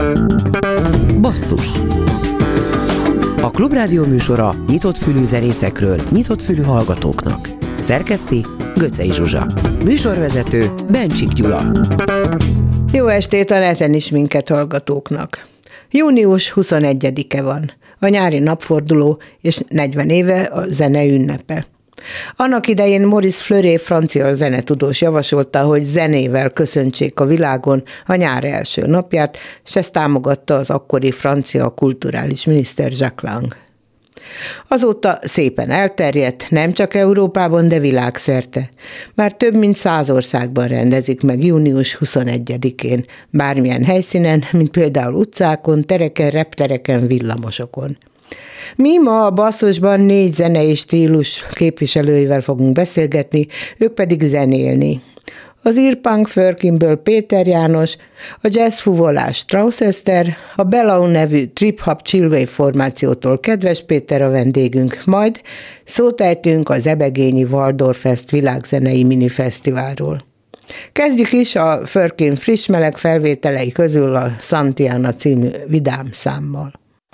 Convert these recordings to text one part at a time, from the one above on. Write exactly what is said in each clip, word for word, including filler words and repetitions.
Basszus. A Klubrádió műsora nyitott fülű zenészekről, nyitott fülű hallgatóknak. Szerkeszti Göcsei Zsuzsa. Műsorvezető Bencsik Gyula. Jó estét a neten is minket hallgatóknak. június huszonegyedike van, a nyári napforduló és negyven éve a zene ünnepe. Annak idején Maurice Fleury francia zenetudós javasolta, hogy zenével köszöntsék a világon a nyár első napját, és ezt támogatta az akkori francia kulturális miniszter Jacques Lang. Azóta szépen elterjedt, nem csak Európában, de világszerte. Már több mint száz országban rendezik meg június huszonegyedikén, bármilyen helyszínen, mint például utcákon, tereken, reptereken, villamosokon. Mi ma a Basszusban négy zenei stílus képviselőivel fogunk beszélgetni, ők pedig zenélni. Az írpunk Firkinből Péter János, a jazzfuvolás Strauss Eszter, a Belau nevű trip-hop chillwave formációtól Kedves Péter a vendégünk, majd szót ejtünk az Ebegényi Waldorfest világzenei minifesztiválról. Kezdjük is a Firkin friss meleg felvételei közül a Santiana című vidám számmal.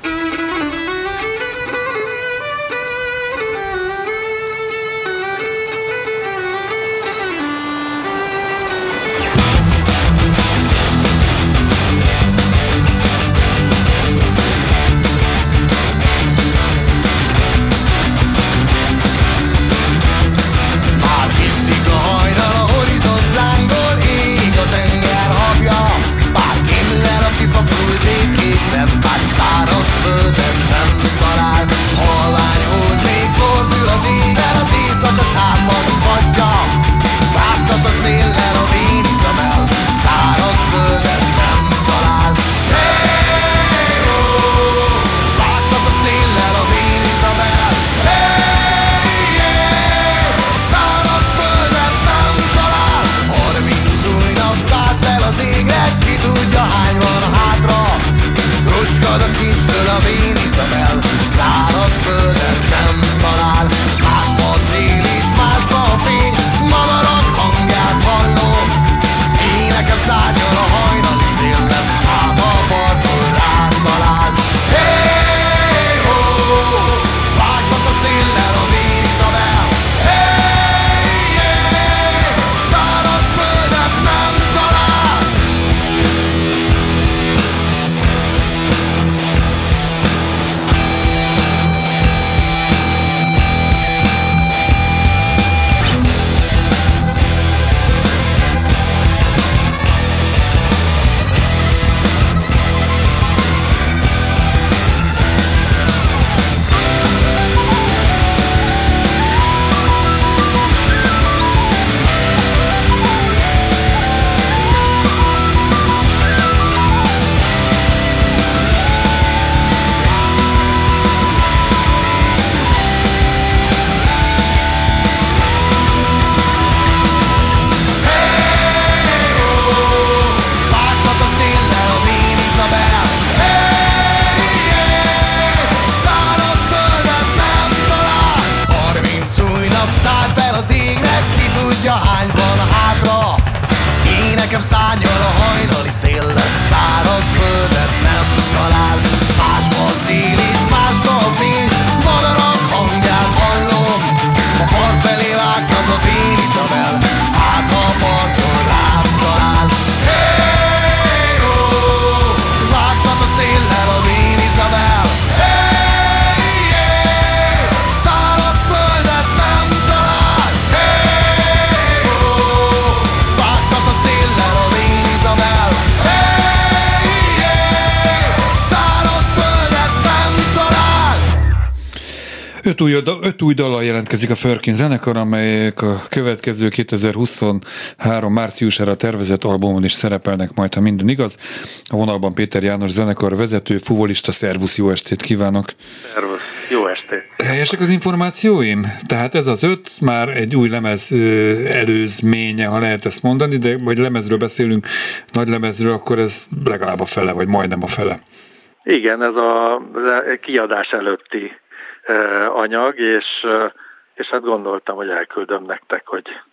Öt új, öt új dallal jelentkezik a Firkin zenekar, amelyek a következő kétezer-huszonhárom márciusára tervezett albumon is szerepelnek majd, ha minden igaz. A vonalban Péter János zenekar vezető, fuvolista. Szervusz, jó estét kívánok! Szervusz, jó estét! Helyesek az információim? Tehát ez az öt már egy új lemez előzménye, ha lehet ezt mondani, de vagy lemezről beszélünk, nagy lemezről, akkor ez legalább a fele, vagy majdnem a fele. Igen, ez a kiadás előtti anyag, és, és hát gondoltam, hogy elküldöm nektek, hogy,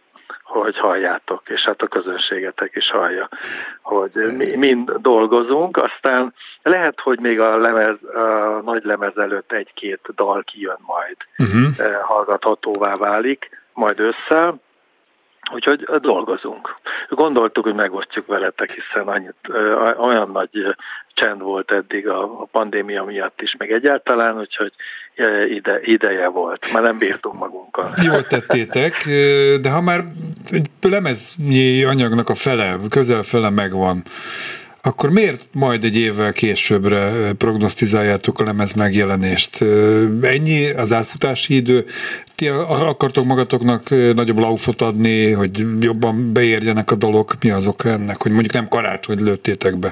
hogy halljátok, és hát a közönségetek is hallja, hogy mi mind dolgozunk, aztán lehet, hogy még a, lemez, a nagy lemez előtt egy-két dal kijön majd, uh-huh. hallgathatóvá válik, majd ősszel, úgyhogy dolgozunk. Gondoltuk, hogy megosztjuk veletek, hiszen annyit, olyan nagy csend volt eddig a pandémia miatt is, meg egyáltalán, úgyhogy ide, ideje volt. Már nem bírtunk magunkkal. Jól tettétek, de ha már egy lemeznyi anyagnak a fele, közel fele megvan, akkor miért majd egy évvel későbbre prognosztizáljátok a lemez megjelenést? Ennyi az átfutási idő? Ti akartok magatoknak nagyobb laufot adni, hogy jobban beérjenek a dalok? Mi az oka ennek, hogy mondjuk nem karácsony lőttétek be?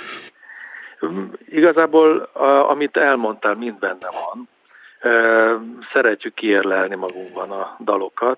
Igazából, amit elmondtál, mind benne van. Szeretjük kiérlelni magunkban a dalokat,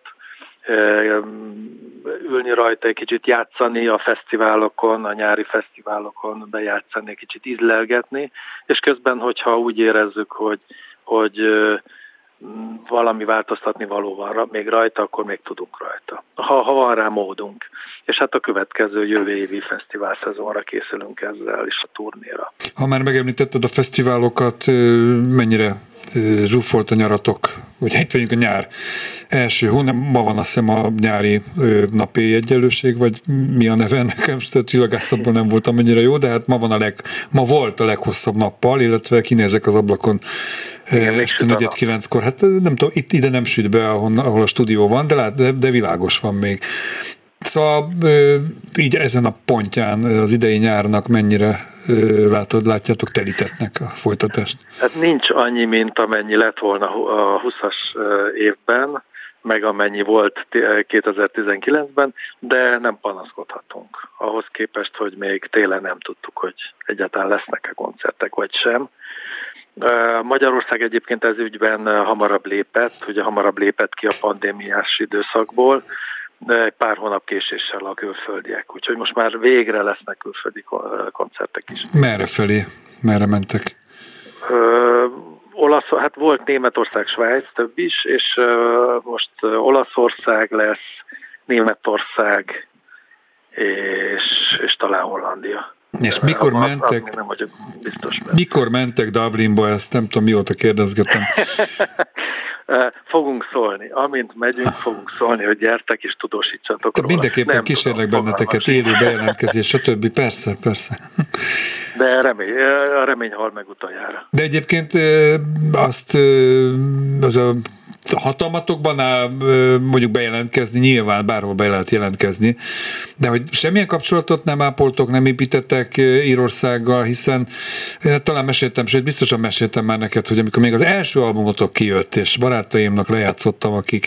ülni rajta, egy kicsit játszani a fesztiválokon, a nyári fesztiválokon, bejátszani, egy kicsit ízlelgetni, és közben, hogyha úgy érezzük, hogy, hogy valami változtatni való van még rajta, akkor még tudunk rajta. Ha, ha van rá módunk. És hát a következő jövő évi fesztivál szezonra készülünk ezzel, és a turnéra. Ha már megemlítetted a fesztiválokat, mennyire zsúfolt a nyaratok, hogy itt vagyunk a nyár első hónap, ma van azt hiszem a nyári napi egyenlőség, vagy mi a neve ennek, most a csillagászatban nem voltam annyira jó, de hát ma van a leg, ma volt a leghosszabb nappal, illetve kinézek az ablakon este negyed kilenckor, hát nem tudom, itt ide nem süt be, ahol, ahol a stúdió van, de, lát, de, de világos van még. Szóval így ezen a pontján az idei nyárnak mennyire látod, látjátok telítettnek a folytatást? Hát nincs annyi, mint amennyi lett volna a huszas évben, meg amennyi volt kétezer-tizenkilencben, de nem panaszkodhatunk. Ahhoz képest, hogy még télen nem tudtuk, hogy egyáltalán lesznek-e koncertek, vagy sem. Magyarország egyébként ez ügyben hamarabb lépett, ugye hamarabb lépett ki a pandémiás időszakból, de egy pár hónap késéssel a külföldiek. Úgyhogy most már végre lesznek külföldi koncertek is. Merre felé? Merre mentek? Ö, olasz, hát volt Németország, Svájc, több is, és ö, most Olaszország lesz, Németország, és, és talán Hollandia. És mikor a, mentek? nem vagyok biztos. Mikor mentek Dublinba? Ezt nem tudom, mióta kérdezgetem. Fogunk szólni. Amint megyünk, fogunk szólni, hogy gyertek és tudósítsatok róla. Mindenképpen nem kísérlek tudom, benneteket, élő bejelentkezés, stb. Persze, persze. De remény, a remény hal meg utoljára. De egyébként azt az a hatalmatokban áll mondjuk bejelentkezni, nyilván bárhol be lehet jelentkezni, de hogy semmilyen kapcsolatot nem ápoltok, nem építettek Írországgal, hiszen talán meséltem, sőt biztosan meséltem már neked, hogy amikor még az első albumotok kijött, és barátaimnak lejátszottam, akik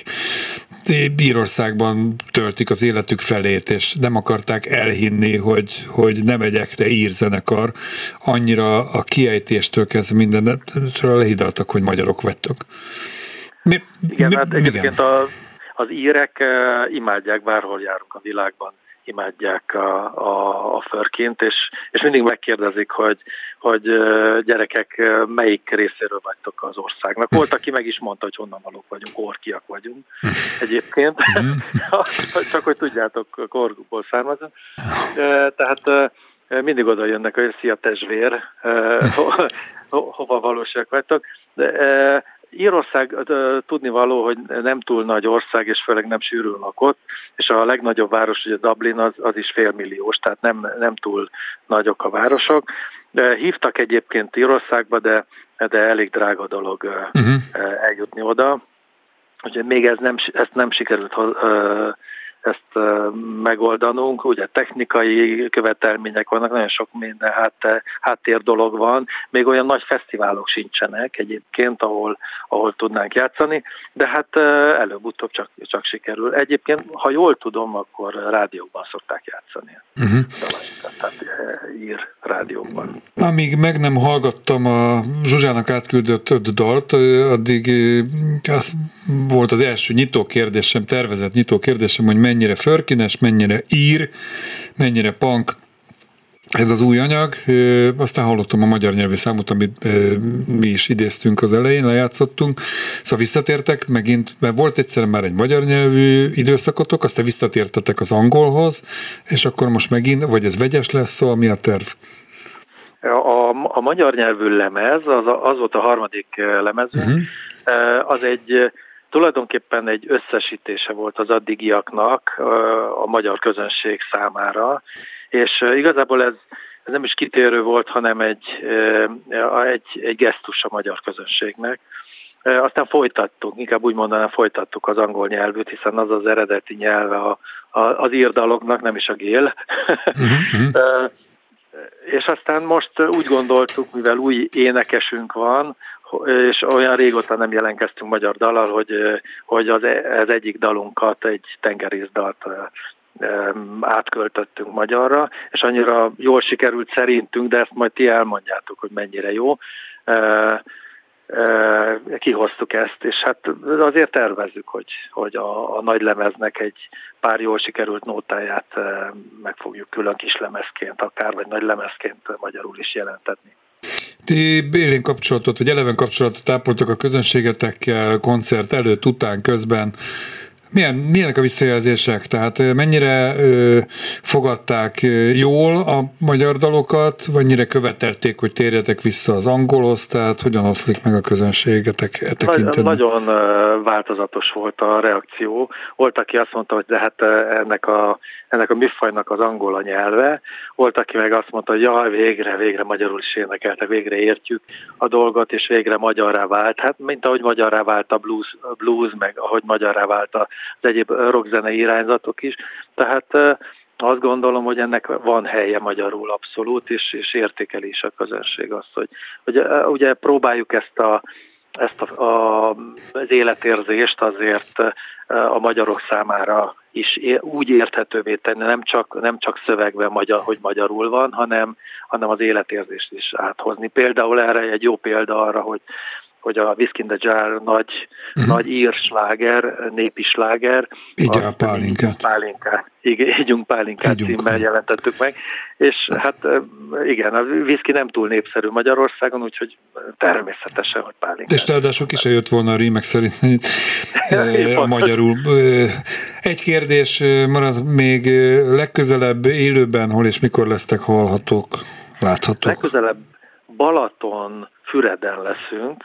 Írországban töltik az életük felét, és nem akarták elhinni, hogy, hogy nem megyek, de ír zenekar, annyira a kiejtéstől kezdve mindenről lehidaltak, hogy magyarok vagytok. Mi, igen, mi, hát egyébként a, az írek uh, imádják, bárhol járunk a világban, imádják a, a, a Furkint, és, és mindig megkérdezik, hogy, hogy uh, gyerekek, uh, melyik részéről vagytok az országnak. Volt, aki meg is mondta, hogy honnan valók vagyunk, orkiak vagyunk egyébként, csak hogy tudjátok, Korgúból származunk. Uh, tehát uh, mindig oda jönnek, hogy szia testvér, uh, ho, ho, hova valósak vagytok. De, uh, Írország tudnivaló, hogy nem túl nagy ország, és főleg nem sűrűn lakott, és a legnagyobb város, ugye Dublin, az, az is félmilliós, tehát nem, nem túl nagyok a városok. Hívtak egyébként Írországba, de, de elég drága dolog uh-huh. eljutni oda. Úgyhogy még ez nem, ezt nem sikerült ezt megoldanunk. Ugye technikai követelmények vannak, nagyon sok minden hát, háttér dolog van. Még olyan nagy fesztiválok sincsenek egyébként, ahol, ahol tudnánk játszani, de hát előbb-utóbb csak, csak sikerül. Egyébként, ha jól tudom, akkor rádióban szokták játszani. Uh-huh. Tehát ír rádióban. Amíg meg nem hallgattam a Zsuzsának átküldött dalt, addig az volt az első nyitó kérdésem, tervezett nyitó kérdésem, hogy mennyire Furkines, mennyire ír, mennyire punk, ez az új anyag. Aztán hallottam a magyar nyelvű számot, amit mi is idéztünk az elején, lejátszottunk. Szóval visszatértek megint, mert volt egyszer már egy magyar nyelvű időszakotok, aztán visszatértetek az angolhoz, és akkor most megint, vagy ez vegyes lesz, szóval mi a terv? A, a magyar nyelvű lemez, az, az volt a harmadik lemezünk, uh-huh. az egy tulajdonképpen egy összesítése volt az addigiaknak a magyar közönség számára, és igazából ez, ez nem is kitérő volt, hanem egy, egy, egy gesztus a magyar közönségnek. Aztán folytattuk, inkább úgy mondanám, folytattuk az angol nyelvűt, hiszen az az eredeti nyelve a, a, az írdaloknak, nem is a gél. Uh-huh. És aztán most úgy gondoltuk, mivel új énekesünk van, és olyan régóta nem jelentkeztünk magyar dallal, hogy, hogy az, az egyik dalunkat, egy tengerészdalt átköltöttünk magyarra, és annyira jól sikerült szerintünk, de ezt majd ti elmondjátok, hogy mennyire jó. Kihoztuk ezt, és hát azért tervezzük, hogy, hogy a, a nagy lemeznek egy pár jól sikerült nótáját meg fogjuk külön kis lemezként akár, vagy nagy lemezként magyarul is jelentetni. Ti élén kapcsolatot, vagy eleven kapcsolatot ápoltak a közönségetekkel, koncert előtt, után, közben. Milyen, milyenek a visszajelzések? Tehát mennyire ö, fogadták jól a magyar dalokat, vagy mennyire követelték, hogy térjetek vissza az angolhoz? Tehát hogyan oszlik meg a közönségetek e tekintetben? Nagyon változatos volt a reakció. Volt, aki azt mondta, hogy de hát ennek a, ennek a műfajnak az angol a nyelve. Volt, aki meg azt mondta, hogy jaj, végre, végre magyarul is énekeltek, végre értjük a dolgot, és végre magyarrá vált. Hát, mint ahogy magyarrá vált a blues, blues meg ahogy magyarrá vált az egyéb rockzenei irányzatok is. Tehát azt gondolom, hogy ennek van helye magyarul abszolút, és, és értékeli is a közönség azt, hogy, hogy ugye próbáljuk ezt, a, ezt a, a, az életérzést azért a magyarok számára is úgy érthetővé tenni, nem csak, nem csak szövegben, magyar, hogy magyarul van, hanem, hanem az életérzést is áthozni. Például erre egy jó példa arra, hogy hogy a Whiskey in the Jar nagy, uh-huh. nagy ír sláger, népi sláger. Így a pálinkát. Pálinkát. Igen, ígyunk pálinkát címmel jelentettük meg. És hát igen, a whisky nem túl népszerű Magyarországon, úgyhogy természetesen, hogy pálinkát. És ráadásul ki se jött volna a rímek szerint a magyarul. Egy kérdés marad még, legközelebb élőben, hol és mikor lesztek hallhatók, láthatók? Legközelebb Balaton, Füreden leszünk.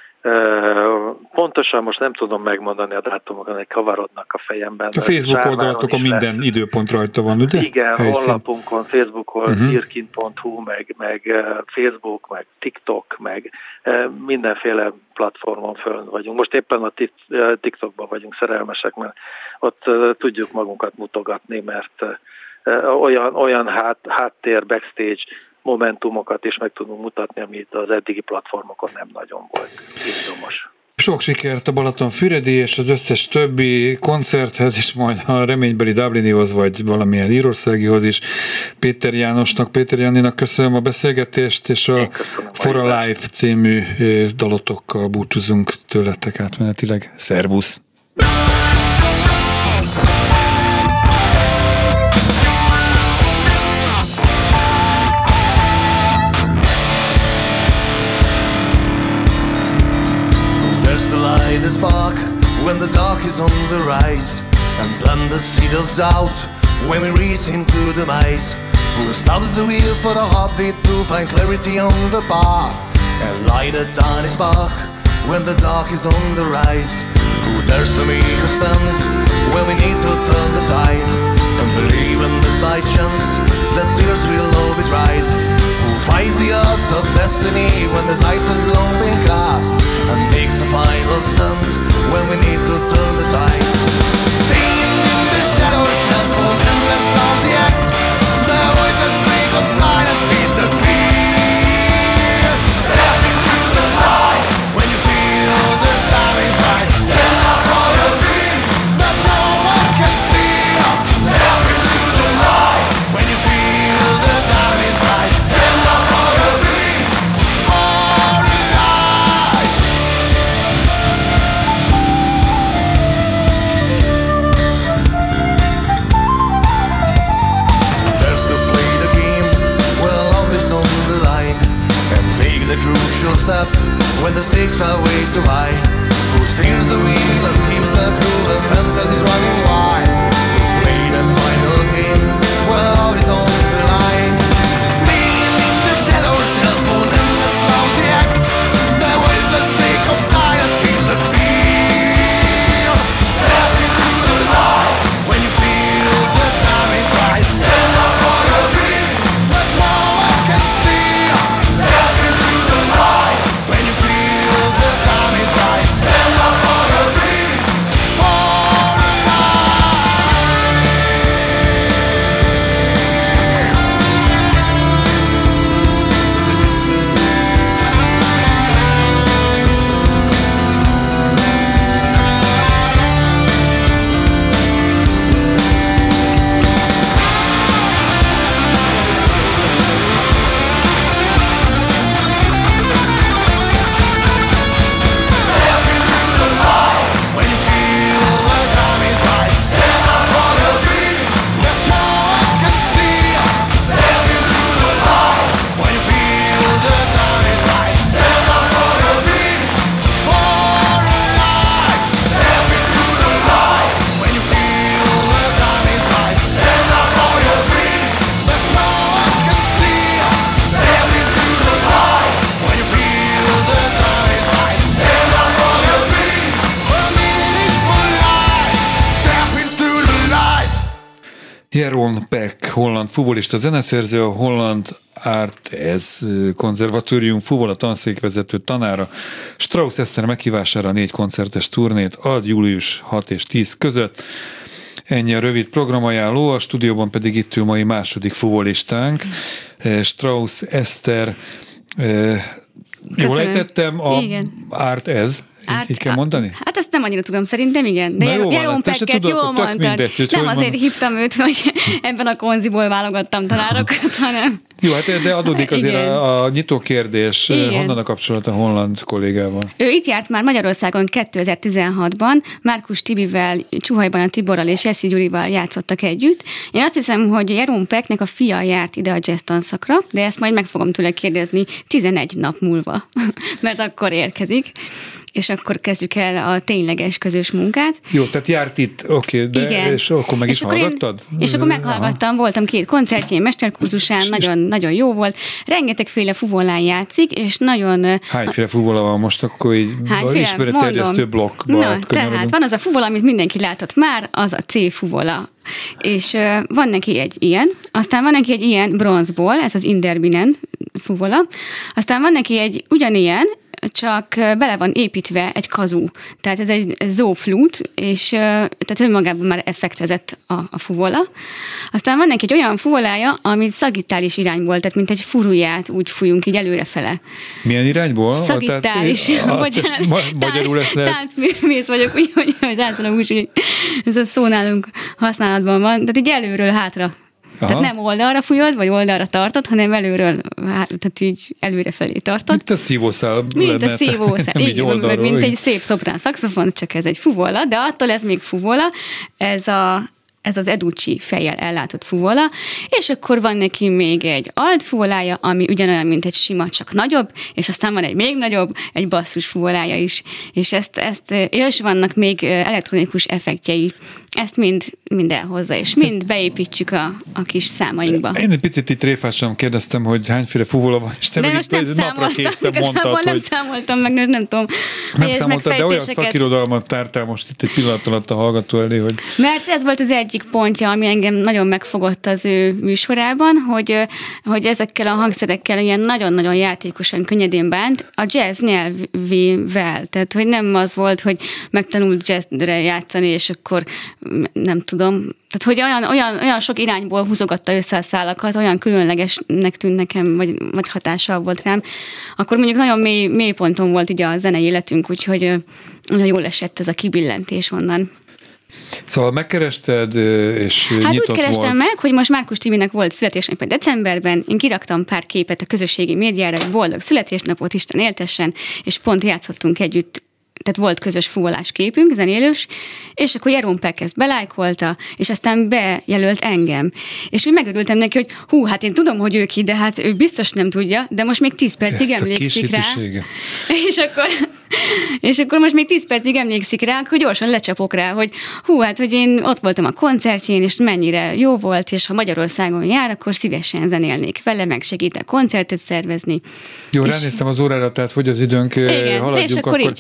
Pontosan most nem tudom megmondani a dátumokat, hogy kavarodnak a fejemben. A Facebook oldalatokon minden lesz. Időpont rajta van, ugye? Igen, helyszín. Honlapunkon, Facebookon, uh-huh. firkin pont hu, meg, meg Facebook, meg TikTok, meg mindenféle platformon föl vagyunk. Most éppen a TikTokban vagyunk szerelmesek, mert ott tudjuk magunkat mutogatni, mert olyan, olyan hát, háttér, backstage momentumokat is meg tudunk mutatni, amit az eddigi platformokon nem nagyon volt izgalmas. Sok sikert a Balatonfüredi és az összes többi koncerthez, és majd a reménybeli Dublinihoz, vagy valamilyen írországihoz is. Péter Jánosnak, Péter Janninak köszönöm a beszélgetést, és a For a Life című dalotokkal búcsúzunk tőletek átmenetileg. Szervusz! The spark when the dark is on the rise, and plant the seed of doubt when we race into the demise. Who stops the wheel for the heartbeat to find clarity on the path, and light a tiny spark when the dark is on the rise. Who dares to make a stand when we need to turn the tide, and believe in the slight chance that tears will all be dried. Fights the odds of destiny when the dice has long been cast, and makes a final stand when we need to turn the tide. Staying in the shadows shines for endless lousy acts. The voices break of silence feeds the fear. Step into the light when you feel the time is right. Stand up for your dreams that no one can steal. Step into the light when you feel the time is right. Stand up for your dreams, for life. crucial step when the stakes are way too high. Who steers the wheel and keeps the crew when fantasy's running wide? To play that final game, well, always on the line. Staying in the shadows, just moon in the lousy act. The voice that speak of silence feeds the field. Step into the light when you feel the time is right. Stand up for your dreams, but no one can steal. Step into the light when you feel the time is right. Stand up for your dreams, for a Jeroen Peck, holland fuvolista zeneszerző, a Holland Artes konzervatórium fuvola tanszékvezető tanára. Strauss Eszter meghívására négy koncertes turnét ad július hat és tíz között. Ennyi a rövid programajánló, a stúdióban pedig itt ül mai második fuvolistánk, Strauss Eszter. Jól ejtettem, a Art ez? Így, így kell mondani? Hát ezt nem annyira tudom, szerintem igen. De Jeroen Pecket jól mondtad. Mindegy, nem azért mondom. Hívtam őt, hogy ebben a konziból válogattam tanárokat, hanem... Jó, hát de adódik azért a, a nyitó kérdés. Igen. Honnan a kapcsolat a holland kollégával? Ő itt járt már Magyarországon kétezer-tizenhatban, Márkus Tibivel, Csuhajban a Tiborral és Eszi Gyurival játszottak együtt. Én azt hiszem, hogy Jeroen Pecknek a fia járt ide a jazz tanszakra, de ezt majd meg fogom tőle kérdezni tizenegy nap múlva, mert akkor érkezik. És akkor kezdjük el a tényleges közös munkát. Jó, tehát járt itt, oké, okay, de igen. És akkor meg és is akkor hallgattad? Én, és akkor meghallgattam, aha. Voltam két koncertjén, mesterkurzusán, és nagyon, és nagyon jó volt. Rengetegféle fuvolán játszik, és nagyon... Hányféle fuvola van most, akkor így ismeretterjesztő blokkba? Na, tehát van az a fuvola, amit mindenki látott már, az a C fuvola. És uh, van neki egy ilyen, aztán van neki egy ilyen bronzból, ez az Inderbinen fuvola, aztán van neki egy ugyanilyen, csak bele van építve egy kazú. Tehát ez egy zóflút, és tehát önmagában már effektezett a, a fuvola. Aztán van neki egy olyan fuvolája, amit szagittális irányból, tehát mint egy furuját úgy fújunk így előrefele. Milyen irányból? Szagittális. Magyarul ezt lehet. Táncművész vagyok, úgy, hogy, hogy táncolom úgy, hogy ez a szó nálunk használatban van. Tehát így előről hátra. Aha. Tehát nem oldalra fújod, vagy oldalra tartod, hanem előről, tehát így előre felé tartod. Mint a szívószál. Mint a szívószál. Igen, oldalról, mint egy szép szoprán szaxofon, csak ez egy fuvola, de attól ez még fuvola, ez a ez az Educci fejjel ellátott fuvola, és akkor van neki még egy alt fuvolája, ami ugyanolyan, mint egy sima, csak nagyobb, és aztán van egy még nagyobb, egy basszus fuvolája is, és ezt, ezt és vannak még elektronikus effektjei, ezt mind, mind elhozza, és mind beépítjük a, a kis számainkba. Én egy picit itt tréfásan kérdeztem, hogy hányféle fuvola van, és te meg itt napra készen mondtad, hogy... nem számoltam meg, nem tudom. Nem számoltad, de olyan szakirodalmat tártál most itt egy pillanat alatt a hallgató elé, hogy... Mert ez volt az egyik pontja, ami engem nagyon megfogott az ő műsorában, hogy, hogy ezekkel a hangszerekkel ilyen nagyon-nagyon játékosan, könnyedén bánt a jazz nyelvével. Tehát, hogy nem az volt, hogy megtanult jazzre játszani, és akkor nem tudom, tehát, hogy olyan, olyan, olyan sok irányból húzogatta össze a szálakat, olyan különlegesnek tűnt nekem, vagy, vagy hatással volt rám, akkor mondjuk nagyon mély, mély ponton volt így a zenei életünk, úgyhogy nagyon jól esett ez a kibillentés onnan. Szóval megkerested, és hát nyitott úgy kerestem volt. meg, hogy most Márkus Tibinek volt születésnapja decemberben, én kiraktam pár képet a közösségi médiára, hogy boldog születésnapot, Isten éltessen, és pont játszottunk együtt tehát volt közös fuvolás képünk, zenélős, és akkor Jeroen Peck ezt belájkolta, és aztán bejelölt engem. És úgy megörültem neki, hogy hú, hát én tudom, hogy ő ki, de hát ő biztos nem tudja, de most még tíz percig Ezt emlékszik rá. És akkor, és akkor most még tíz percig emlékszik rá, akkor gyorsan lecsapok rá, hogy hú, hát, hogy én ott voltam a koncertjén, és mennyire jó volt, és ha Magyarországon jár, akkor szívesen zenélnék vele, meg segítek koncertet szervezni. Jó, és... ránéztem az órára, tehát hogy az időnk, igen, haladjunk, akkor, akkor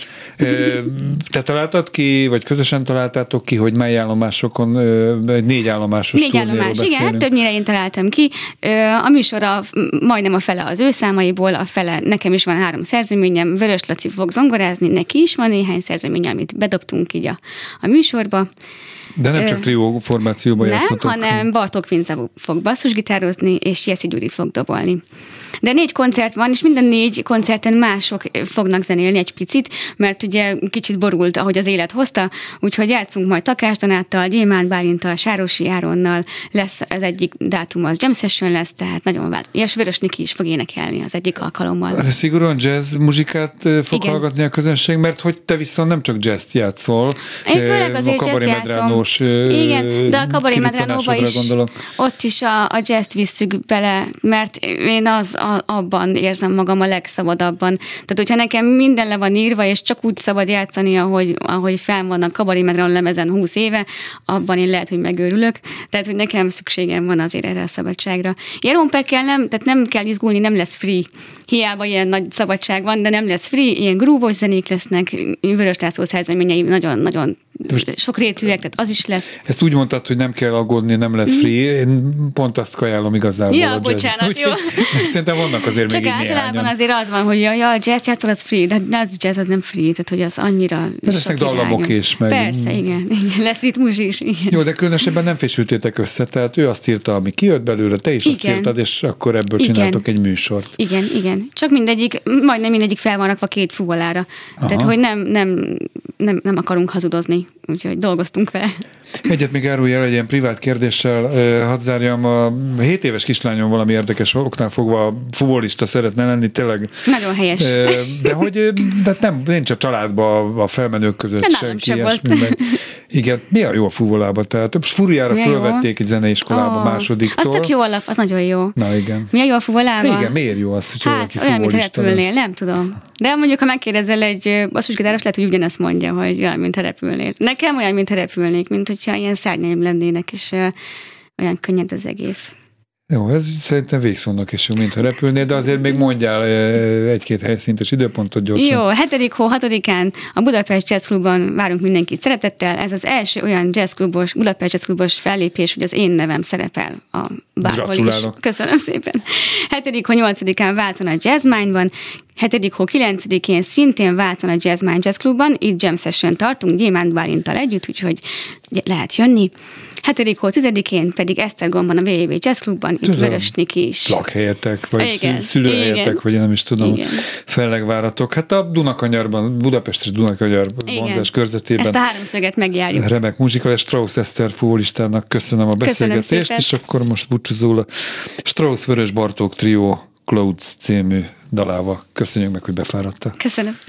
te találtad ki, vagy közösen találtátok ki, hogy mely állomásokon, négy állomásos Négy állomás, igen, többnyire én találtam ki. A műsora majdnem a fele az ő számaiból, a fele, nekem is van három szerzeményem, Vörös Laci fog zongorázni, neki is van néhány szerzemény, amit bedobtunk így a, a műsorba. De nem csak trió formációban játszotok? Nem, hanem Bartók Vince fog basszusgitározni, és Jeszi Gyuri fog dobolni. De négy koncert van, és minden négy koncerten mások fognak zenélni egy picit, mert ugye kicsit borult, ahogy az élet hozta, úgyhogy játszunk majd Takás Donáttal, Gyémánt Bálinttal, Sárosi Áronnal, lesz az egyik dátum, az Jam Session lesz, tehát nagyon vált. És Vörös Niki is fog énekelni az egyik alkalommal. De szigorúan jazz muzsikát fog igen. hallgatni a közönség, mert hogy te viszont nem csak jazzt játszol. Én főleg azért jazz játszom. Igen, de a Kabaré Medránóba is gondolok. Ott is a, a jazzt visszük bele, mert én az a, abban érzem magam a legszabadabban. Tehát, hogyha nekem minden le van írva, és csak úgy szabad játszani, ahogy, ahogy fenn van a Kabaré Medránó lemezen húsz éve, abban én lehet, hogy megőrülök. Tehát, hogy nekem szükségem van azért erre a szabadságra. Jeroen Peckkel nem, tehát nem kell izgulni, nem lesz free. Hiába ilyen nagy szabadság van, de nem lesz free, ilyen grúvos zenék lesznek, Vörös László szerzeményei nagyon-nagyon sokrétűek, tehát az is lesz. Ezt úgy mondtad, hogy nem kell aggódni, nem lesz free. Én pont azt kajálom igazából ja, a jazz. Bocsánat, úgy, jó. Szerintem vannak azért csak még így néhányan. Csak általában azért az van, hogy ja, ja, a jazz játszol, az free, de az jazz az nem free, tehát hogy az annyira de lesznek dallamok is. Meg... Persze, igen, igen, lesz ritmus is. Igen. Jó, de különösebben nem fésültétek össze, tehát ő azt írta, ami kijött belőle, te is igen. azt írtad, és akkor ebből igen. csináltok egy műsort. Igen, igen. Csak mindegyik, majdnem mindegyik fel van rakva két fuvolára. Aha. Tehát, hogy nem, nem, nem, nem akarunk hazudozni, úgyhogy dolgoztunk vele. Egyet még árulj el egy ilyen privát kérdéssel, hadd zárjam, a hét éves kislányom valami érdekes oknál fogva fuvolista szeretne lenni, tényleg. Nagyon helyes. De hogy de nem, nincs a családban a felmenők között de senki ilyesmi. Meg, igen, mi a jó a fuvolába? Tehát furiára fölvették egy zeneiskolába oh, másodiktól. Az tök jó alap, az nagyon jó. Na igen. Mi a jó a fuvolába? Igen, miért jó az, hogy hát, valaki olyan, mint repülnél, lesz. Nem tudom. De mondjuk, ha megkérdezel egy basszusgitáros, lehet, hogy ugyanezt mondja, hogy olyan, mint repülnél. Nekem olyan, mint repülnék, mint hogyha ilyen szárnyaim lennének, és uh, olyan könnyed az egész. Jó, ez szerintem végszónak is jó, mintha repülnél, de azért még mondjál egy-két helyszintes időpontot gyorsan. Jó, hetedik hó hatodikán a Budapest Jazz Clubban várunk mindenkit szeretettel. Ez az első olyan jazzklubos, Budapest Jazz Clubos fellépés, hogy az én nevem szerepel a bárhol Gratulálok. is. Köszönöm szépen. hetedik hó nyolcadikán Vácon a Jazzmindban, hetedik hó kilencedikén szintén Vácon a Jazzmind Jazz Clubban, itt jam session tartunk, Gyémánt Bálinttal együtt, úgyhogy lehet jönni. hetedik hó tizedikén pedig Esztergomban a vé vé vé Jazz Clubban, itt Vörös Niki is. Lakhelyetek, vagy igen, szülőhelyetek, igen. vagy én nem is tudom, igen. fellegváratok. Hát a Dunakanyarban, Budapestes Dunakanyar vonzás körzetében. Ezt a háromszöget megjárjuk. Remek muzsikál, és Strauss Eszter fuvolistának köszönöm a beszélgetést, és akkor most búcsúzóla Strauss Vörös Bartók Trio Clouds című dalával. Köszönjük meg, hogy befáradtál. Köszönöm.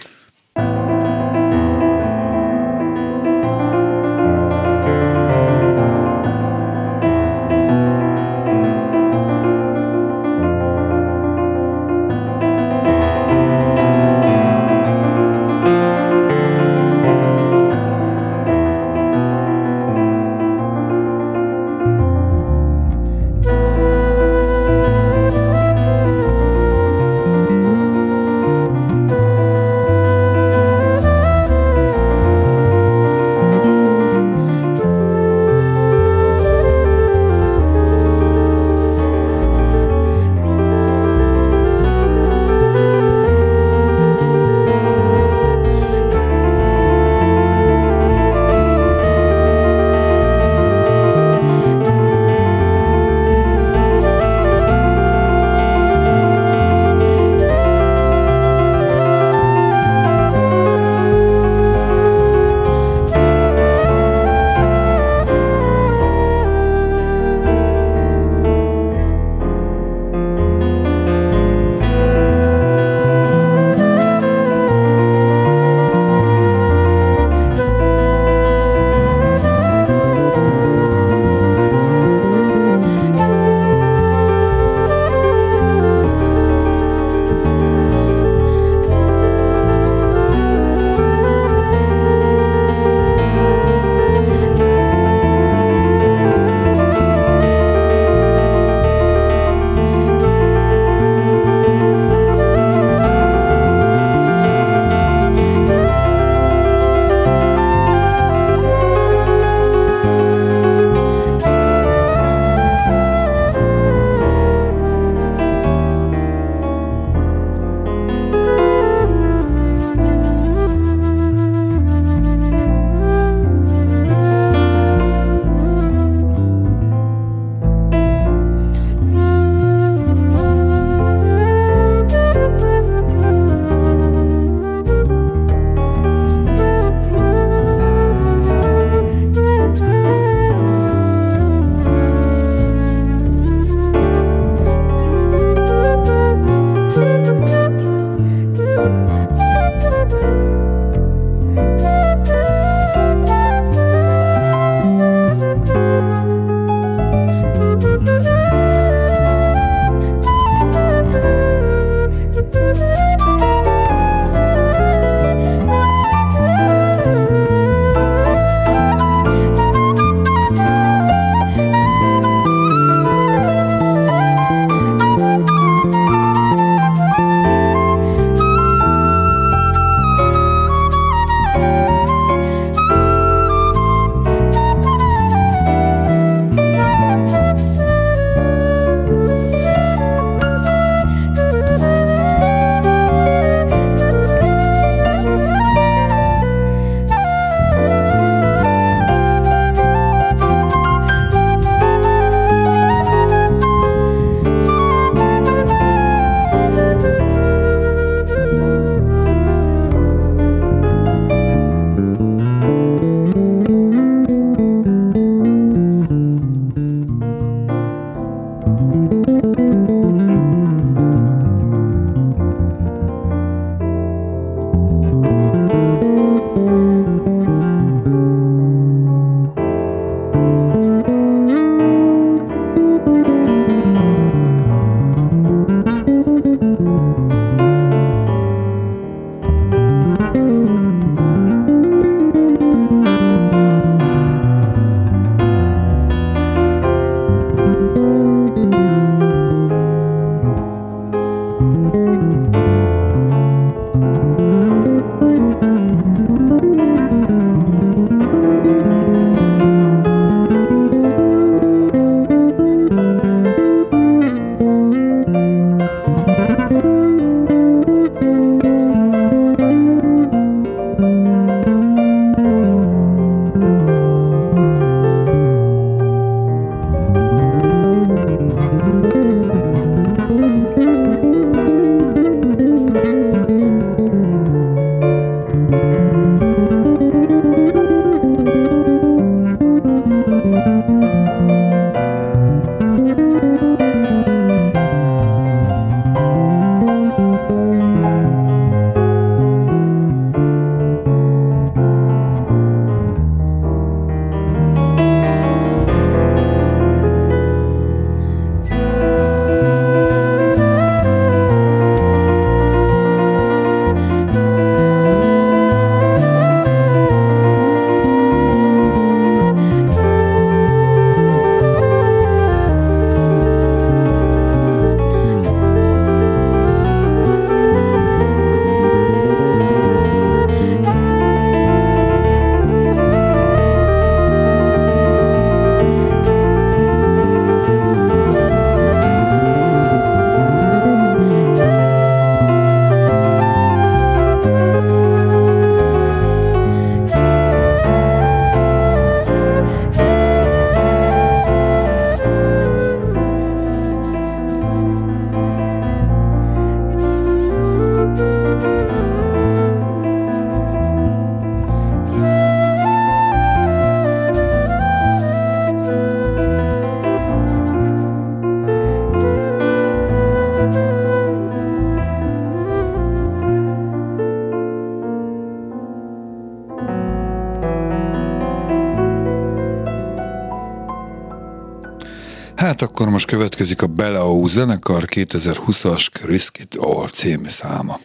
Hát akkor most következik a Beleau zenekar kétezer-húszas Risk It All című száma.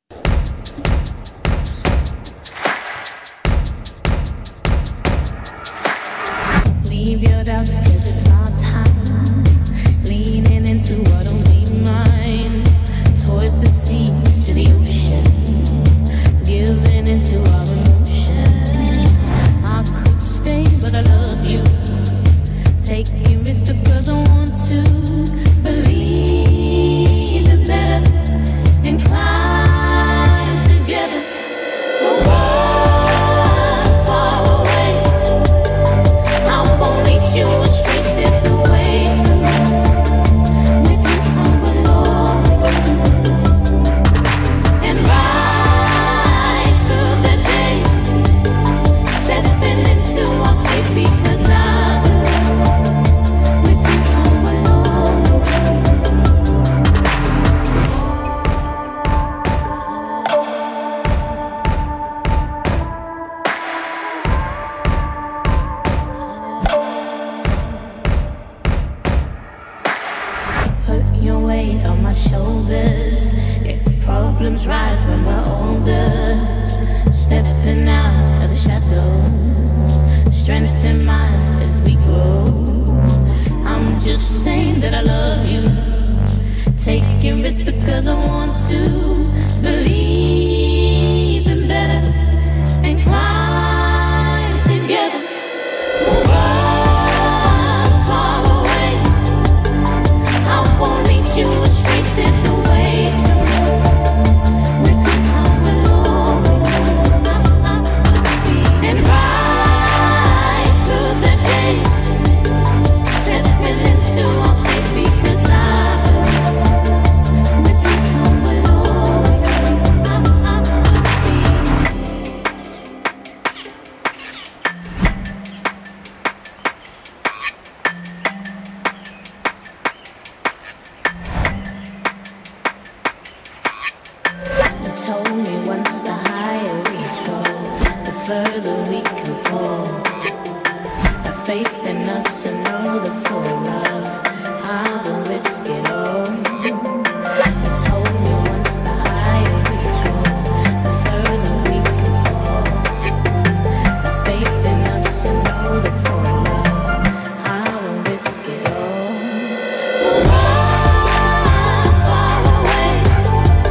Leave your doubts 'cause it's our time. Leaning into what only mine. Towards the sea, to the ocean. Giving into our emotions. I could stay, but I love you. Taking risks because I want to believe in better and climb together. We'll run far away. I won't lead you astray, step away from me. With you I will always be. And right through the day, stepping into our faith because I shoulders. If problems rise when we're older, stepping out of the shadows, strength in mind as we grow. I'm just saying that I love you, taking risks because I want to believe in better and climb together. Run far away. I won't lead you astray, step away from me. With you I will always be. And right through the day, stepping into our faith because I believe. With you I will always be. Told me once the higher we go, the further we can fall. Have faith in us and know the full of I will risk it all. They told me once the higher we go, the further we can fall. Have faith in us and know the full of I will risk it all. We'll run far away.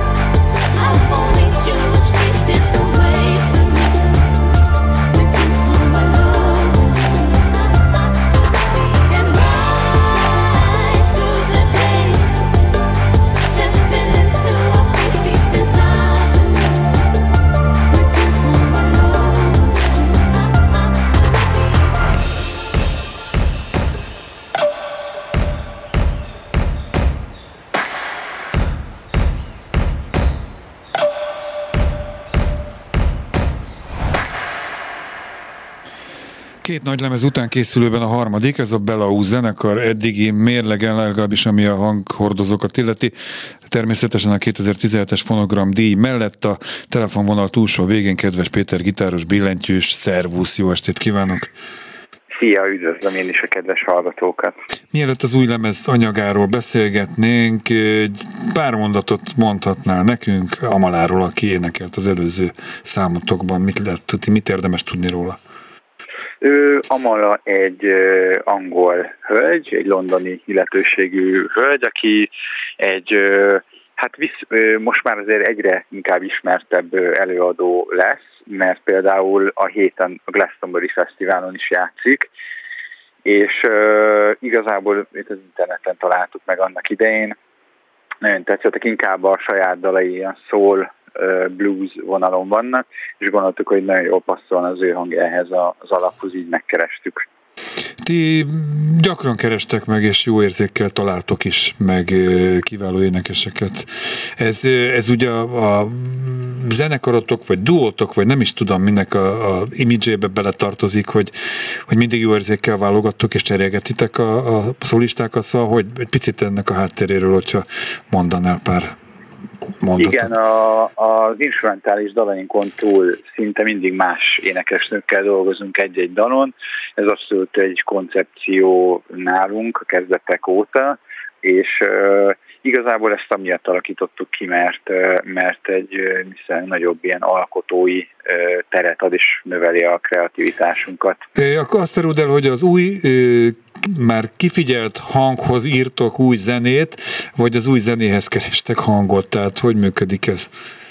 Két nagy lemez után készülőben a harmadik, ez a Belaú zenekar eddigi mérlegen, legalábbis ami a hanghordozókat illeti. Természetesen a kétezer-tizenhetes fonogram díj mellett a telefonvonal túlsó végén kedves Péter gitáros billentyűs, szervusz, jó estét kívánok! Szia, üdvözlöm én is a kedves hallgatókat! Mielőtt az új lemez anyagáról beszélgetnénk, egy pár mondatot mondhatnál nekünk Amaláról, aki énekelt az előző számotokban. Mit lehet tudni, mit érdemes tudni róla? Ő, Amala egy uh, angol hölgy, egy londoni illetőségű hölgy, aki egy, uh, hát visz, uh, most már azért egyre inkább ismertebb uh, előadó lesz, mert például a héten a Glastonbury Fesztiválon is játszik, és uh, igazából itt az interneten találtuk meg annak idején. Nagyon tetszettek, inkább a saját dalai ilyen soul, blues vonalon vannak, és gondoltuk, hogy nagyon jól passzolna az ő hangja ehhez az alaphoz, így megkerestük. Ti gyakran kerestek meg, és jó érzékkel találtok is meg kiváló énekeseket. Ez, ez ugye a, a zenekarotok, vagy duótok, vagy nem is tudom, minek a, a imidzsébe beletartozik, hogy, hogy mindig jó érzékkel válogattok, és cserélgetitek a, a szólistákat, szóval, hogy egy picit ennek a hátteréről, hogyha mondanál pár mondatot. Igen, a, az instrumentális dalainkon túl szinte mindig más énekesnőkkel dolgozunk egy-egy dalon. Ez abszolút egy koncepció nálunk a kezdetek óta, és uh, igazából ezt amiatt alakítottuk ki, mert, uh, mert egy uh, nagyobb ilyen alkotói uh, teret ad, és növeli a kreativitásunkat. É, akkor azt áruld el, hogy az új uh, már kifigyelt hanghoz írtok új zenét, vagy az új zenéhez kerestek hangot, tehát hogy működik ez?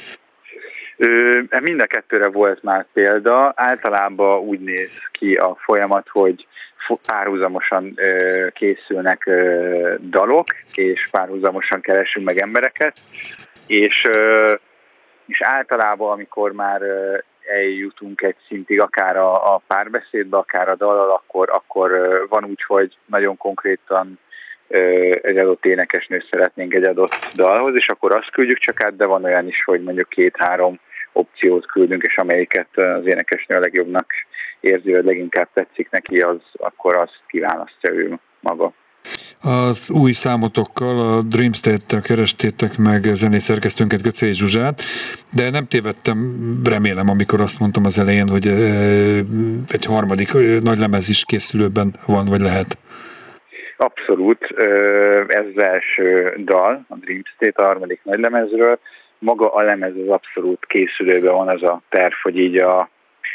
Ö, mind a kettőre volt már példa. Általában úgy néz ki a folyamat, hogy párhuzamosan ö, készülnek ö, dalok, és párhuzamosan keresünk meg embereket, és, ö, és általában, amikor már ö, eljutunk egy szintig, akár a, a párbeszédbe, akár a dallal, akkor, akkor ö, van úgy, hogy nagyon konkrétan ö, egy adott énekesnőt szeretnénk egy adott dalhoz, és akkor azt küldjük csak át, de van olyan is, hogy mondjuk két-három opciót küldünk, és amelyiket az énekesnő a legjobbnak érzi, hogy leginkább tetszik neki, az, akkor azt kiválasztja ő maga. Az új számotokkal, a Dream State-tel kerestétek meg zenészerkesztőnket, Göcsei Zsuzsát, de nem tévedtem, remélem, amikor azt mondtam az elején, hogy egy harmadik nagylemez is készülőben van, vagy lehet. Abszolút. Ez az első dal, a Dream State, a harmadik nagylemezről. Maga a lemez az abszolút készülőben van, az a terv, hogy így a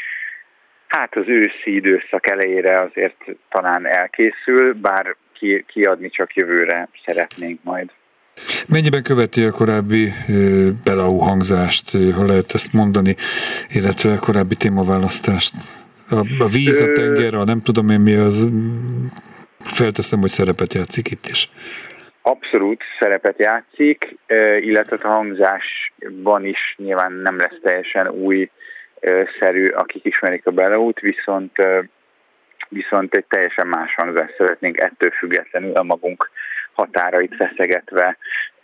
hát az őszi időszak elejére azért talán elkészül, bár ki, kiadni csak jövőre szeretnénk majd. Mennyiben követi a korábbi Belaú hangzást, ha lehet ezt mondani, illetve a korábbi témaválasztást? A, a víz, a tenger, a nem tudom én mi az, felteszem, hogy szerepet játszik itt is. Abszolút szerepet játszik, illetve a hangzásban is nyilván nem lesz teljesen új szerű, akik ismerik a Belaút, viszont, viszont egy teljesen más hangzást szeretnénk ettől függetlenül a magunk határait feszegetve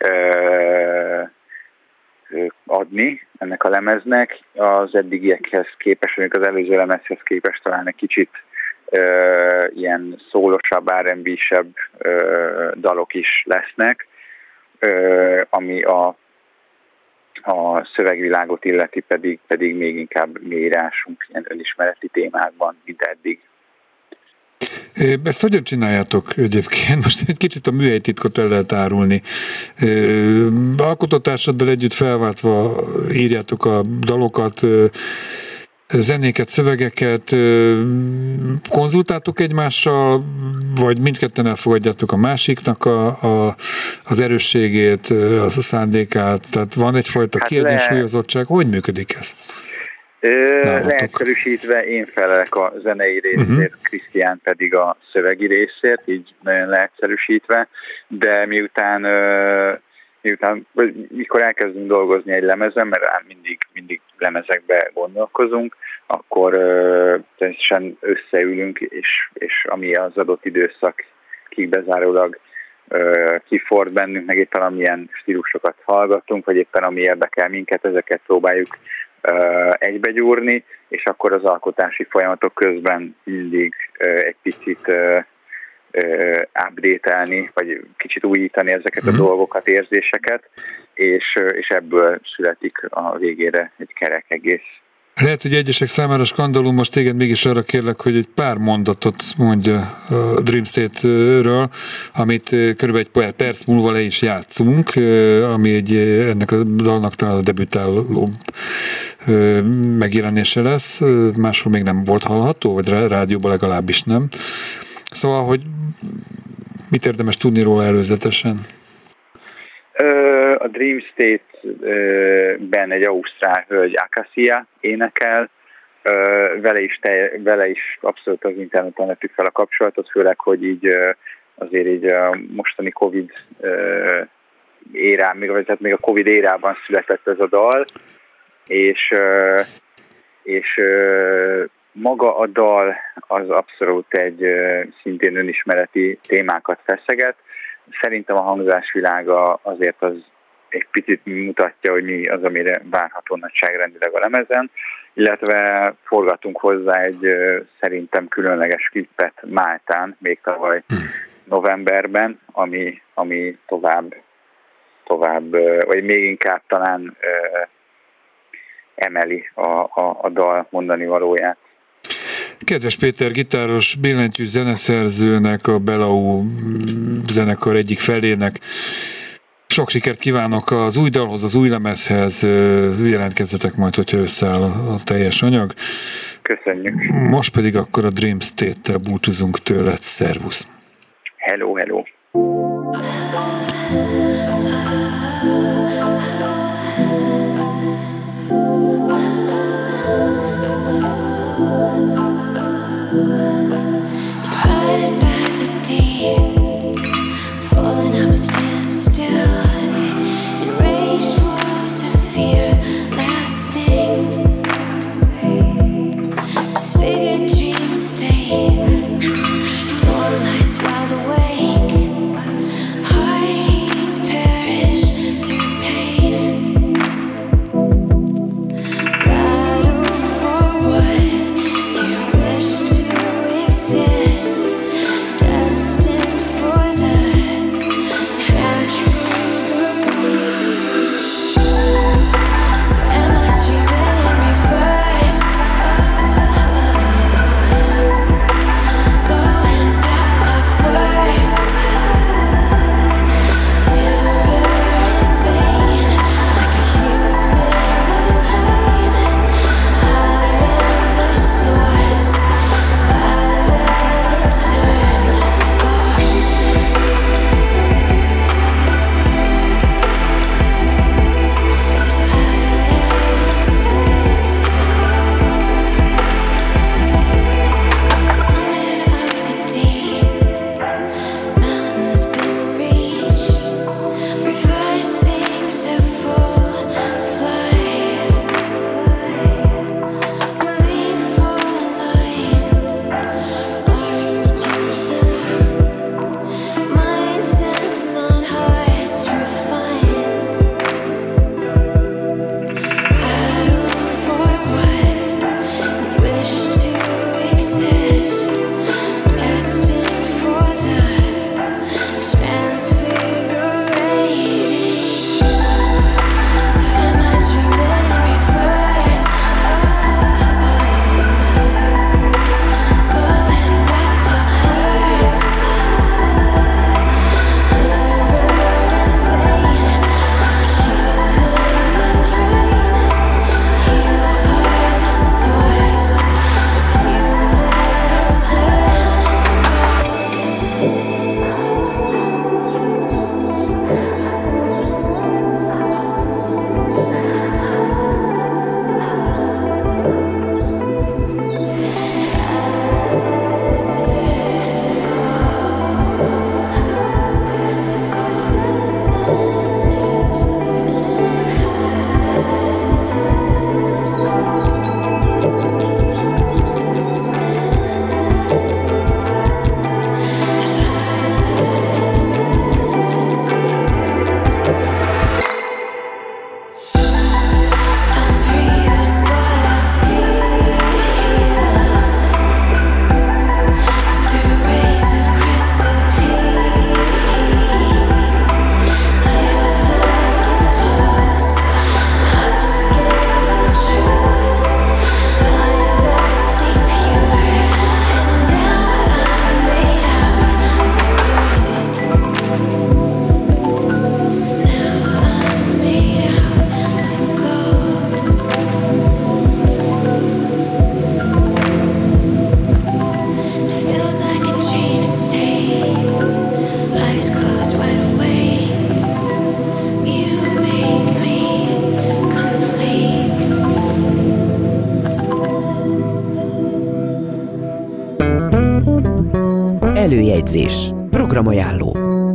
adni ennek a lemeznek. Az eddigiekhez képest, mondjuk az előző lemezhez képest talán egy kicsit ilyen szólosabb, er and bé-sebb dalok is lesznek, ami a A szövegvilágot illeti pedig, pedig még inkább mélyírásunk ilyen önismereti témákban, mint eddig. Ezt hogyan csináljátok egyébként? Most egy kicsit a műhelytitkot el lehet árulni. Alkotótársaddal együtt felváltva írjátok a dalokat, zenéket, szövegeket, konzultáltok egymással, vagy mindketten elfogadjátok a másiknak a, a, az erősségét, az a szándékát, tehát van egyfajta hát kiegyensúlyozottság. Le... Hogy működik ez? Leegyszerűsítve én felelek a zenei részért, Krisztián uh-huh. pedig a szövegi részért, így nagyon leegyszerűsítve, de miután miután, mikor elkezdünk dolgozni egy lemezen, mert mindig, mindig lemezekbe gondolkozunk, akkor uh, teljesen összeülünk, és, és ami az adott időszak kibezárólag uh, kiford bennünk, meg éppen amilyen stílusokat hallgatunk, vagy éppen ami érdekel minket, ezeket próbáljuk egybegyúrni, és akkor az alkotási folyamatok közben mindig egy picit update-elni, vagy kicsit újítani ezeket a mm. dolgokat, érzéseket, és, és ebből születik a végére egy kerek egész. Lehet, hogy egyesek számára skandalum, most téged mégis arra kérlek, hogy egy pár mondatot mondja a Dream State-ről, amit körülbelül egy perc múlva le is játszunk, ami egy, ennek a dalnak talán a debütáló megjelenése lesz, máshol még nem volt hallható, vagy rádióban legalábbis nem. Szóval, hogy mit érdemes tudni róla előzetesen? A Dream State-ben egy ausztrál hölgy, Acacia énekel, vele is, te, vele is abszolút az interneten vettük fel a kapcsolatot, főleg, hogy így azért így a mostani Covid érában, még, tehát még a Covid érában született ez a dal, és, és maga a dal az abszolút egy szintén önismereti témákat feszeget. Szerintem a hangzásvilága azért az egy picit mutatja, hogy mi az, amire várható nagyságrendileg a lemezen, illetve forgatunk hozzá egy szerintem különleges klippet Máltán, még tavaly novemberben, ami, ami tovább, tovább, vagy még inkább talán emeli a, a, a dal mondani valóját. Kedves Péter, gitáros, billentyűs zeneszerzőnek, a Belau zenekar egyik felének sok sikert kívánok az új dalhoz, az új lemezhez, jelentkezzetek majd, hogyha összeáll a teljes anyag. Köszönjük. Most pedig akkor a Dream State-tel búcsúzunk tőled, szervusz. Hello, hello. Divided by the deep, falling up, stand still. Enraged wolves of fear, lasting. Disfigured dream state, dawn lights wild awake. Heart heats perish through pain. Battle for what you wish to. Előjegyzés. Programajánló.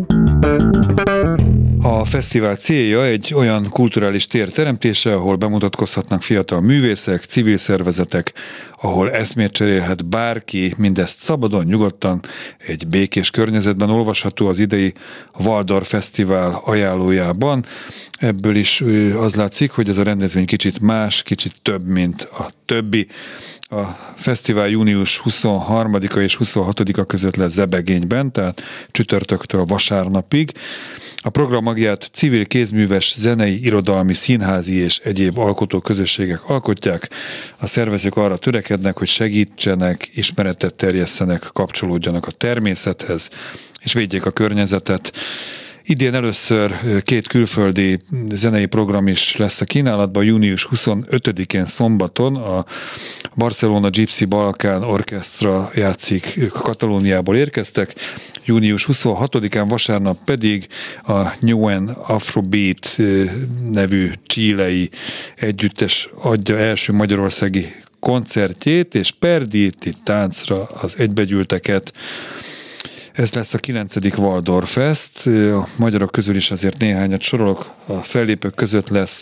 A fesztivál célja egy olyan kulturális tér teremtése, ahol bemutatkozhatnak fiatal művészek, civil szervezetek, ahol eszmét cserélhet bárki, mindezt szabadon, nyugodtan, egy békés környezetben. Olvasható az idei Waldorf Fesztivál ajánlójában. Ebből is az látszik, hogy ez a rendezvény kicsit más, kicsit több, mint a többi. A fesztivál június huszonharmadika és huszonhatodika között lesz Zebegényben, tehát csütörtöktől a vasárnapig. A program magját civil, kézműves, zenei, irodalmi, színházi és egyéb alkotó közösségek alkotják. A szervezők arra törekednek, hogy segítsenek, ismeretet terjesszenek, kapcsolódjanak a természethez, és védjék a környezetet. Idén először két külföldi zenei program is lesz a kínálatban. Június huszonötödikén szombaton a Barcelona Gypsy Balkán Orchestra játszik, Katalóniából érkeztek. Június huszonhatodikán vasárnap pedig a Neuen Afrobeat nevű chilei együttes adja első magyarországi koncertjét, és perdíti táncra az egybegyűlteket. Ez lesz a kilencedik Waldorf Fest. A magyarok közül is azért néhányat sorolok. A fellépők között lesz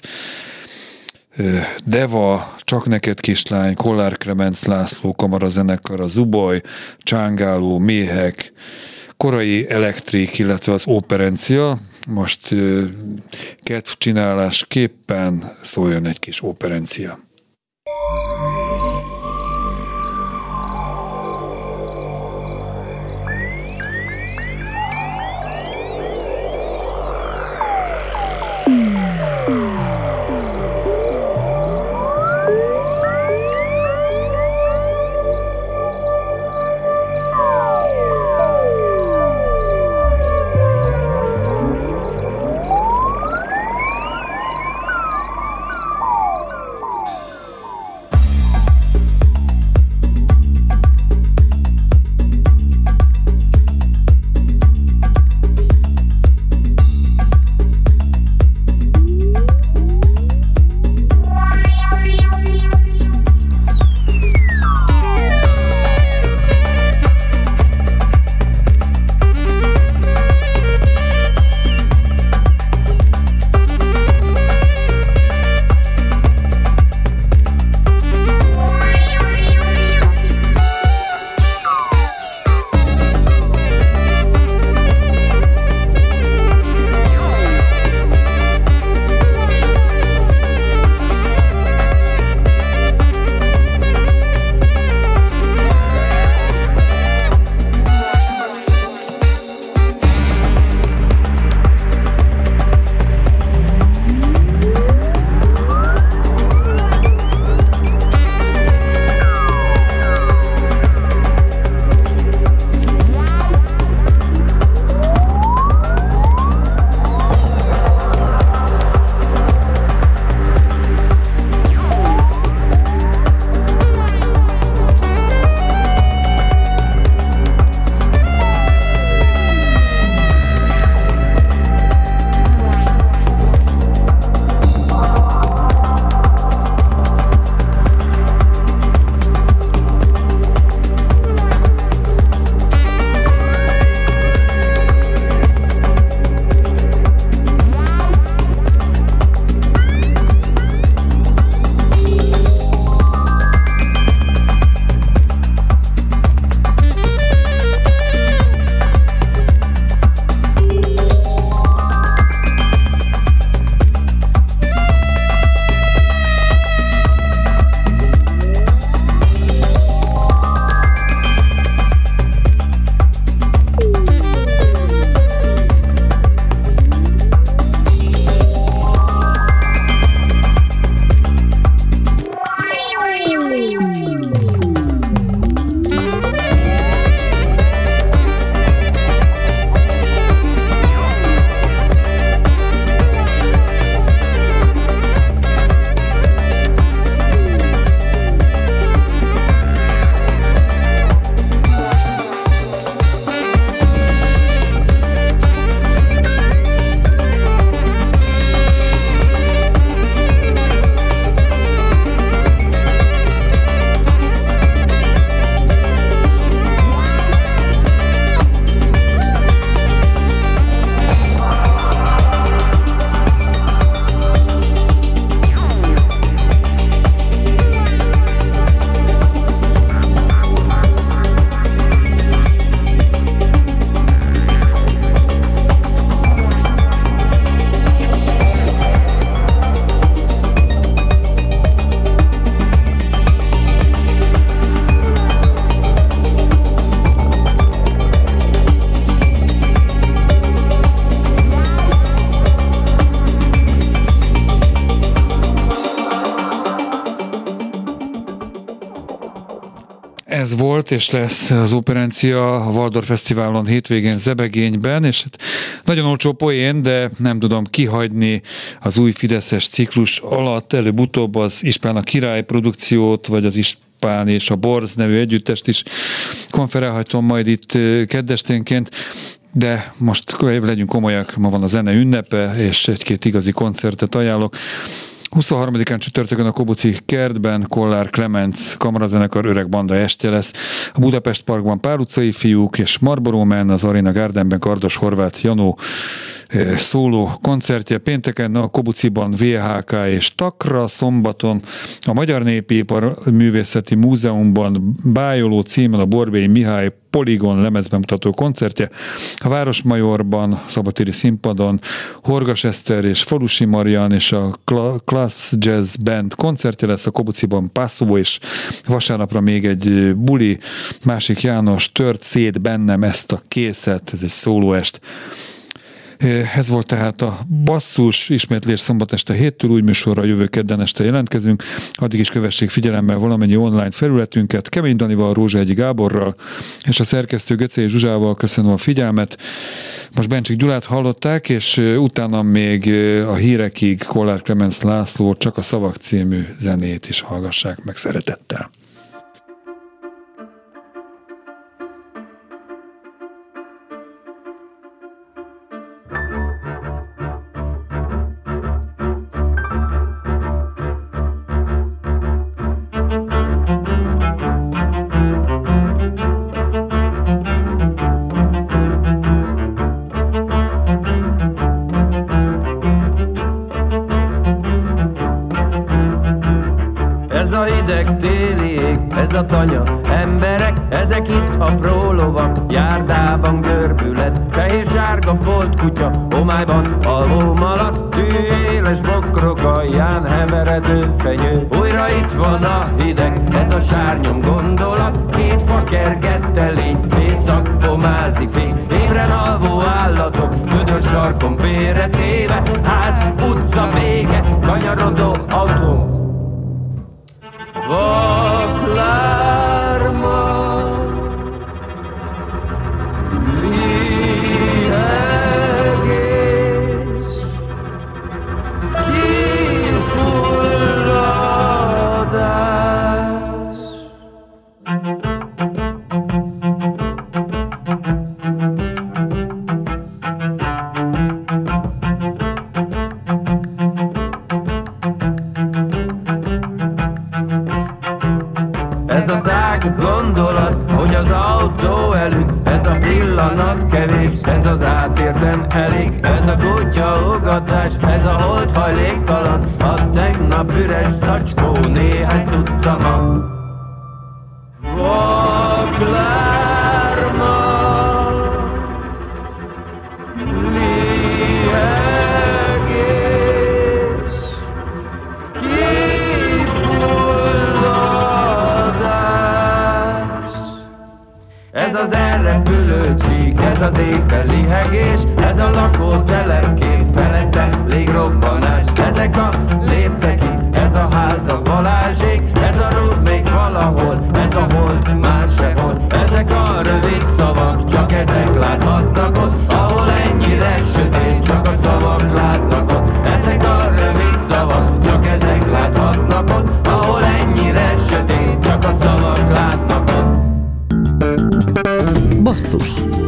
Deva, Csak neked kislány, Kollár Klemenc László kamarazenekar, a Zuboly, Csángáló, Méhek, korai elektrik, illetve az operencia. Most kedvcsinálásképpen szóljon egy kis operencia. ez volt és lesz az operencia a Waldorf Fesztiválon hétvégén Zebegényben, és nagyon olcsó poén, de nem tudom kihagyni az új fideszes ciklus alatt, előbb-utóbb az Ispán a Király produkciót, vagy az Ispán és a Borz nevű együttest is konferálhatom majd itt keddesténként, de most legyünk komolyak, ma van a zene ünnepe, és egy-két igazi koncertet ajánlok. huszonharmadikán csütörtökön a Kobuci kertben Kollár Klemenc kamarazenekar öreg banda estje lesz. A Budapest Parkban Pál utcai fiúk és Marlboro Man, az Arena Gardenben Kardos Horváth Janó szóló koncertje. Pénteken a Kobuciban vé há ká és Takra, szombaton a Magyar Népipar Művészeti Múzeumban Bájoló címen a Borbély Mihály Poligon lemezbemutató koncertje, a Városmajorban, Szabadtéri színpadon Horgas Eszter és Falusi Marian és a Class Jazz Band koncertje lesz, a Kobuciban Passzó, és vasárnapra még egy buli, Másik János, Tört szét bennem ezt a készet, ez egy szólóest. Ez volt tehát a Basszus, ismétlés szombat este héttől, új műsorra jövő kedden este jelentkezünk. Addig is kövessék figyelemmel valamennyi online felületünket. Kemény Danival, Rózsahegyi Gáborral és a szerkesztő Göcei Zsuzsával köszönöm a figyelmet. Most Bencsik Gyulát hallották, és utána még a hírekig Kollár Klemenc László Csak a szavak című zenét is hallgassák meg szeretettel. Ez a tanya, emberek, ezek itt apró lovak, járdában görbület, fehér-sárga folt kutya, homályban alvó malac, tűéles bokrok alján heveredő fenyő. Újra itt van a hideg, ez a sárnyom gondolat, két fa kergette lény, éjszak pomázik fény, ébren alvó állatok, ködör sarkon félretéve, ház, utca vége, kanyarodó autó. Vaklárma, lihegés, kifulladás. Ez a tág gondolat, hogy az autó előtt, ez a pillanat kevés, ez az átértem elég, ez a kutyaugatás, ez a hold hajléktalan, a tegnap üres zacskó, néhány cucca ma. Vaklárma, lihegés, kifulladás. Ez az elrepülő csík, ez az éppen lihegés, ez a lakótelep kész, felette légrobbanás. Ezek a léptek itt, ez a ház a Balázsék, ez a rúd még valahol, ez a hold már sehol. Ezek a rövid szavak, csak ezek láthatnak ott, ahol ennyire sötét, csak a szavak látnak ott. Ezek a rövid szavak, csak ezek láthatnak ott, ahol ennyire sötét, csak a szavak látnak ott. Basszus.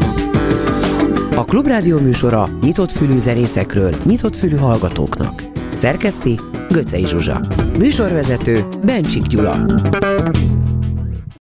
A Klubrádió műsora nyitott fülű zenészekről, nyitott fülű hallgatóknak. Szerkeszti Göcei Zsuzsa. Műsorvezető Bencsik Gyula.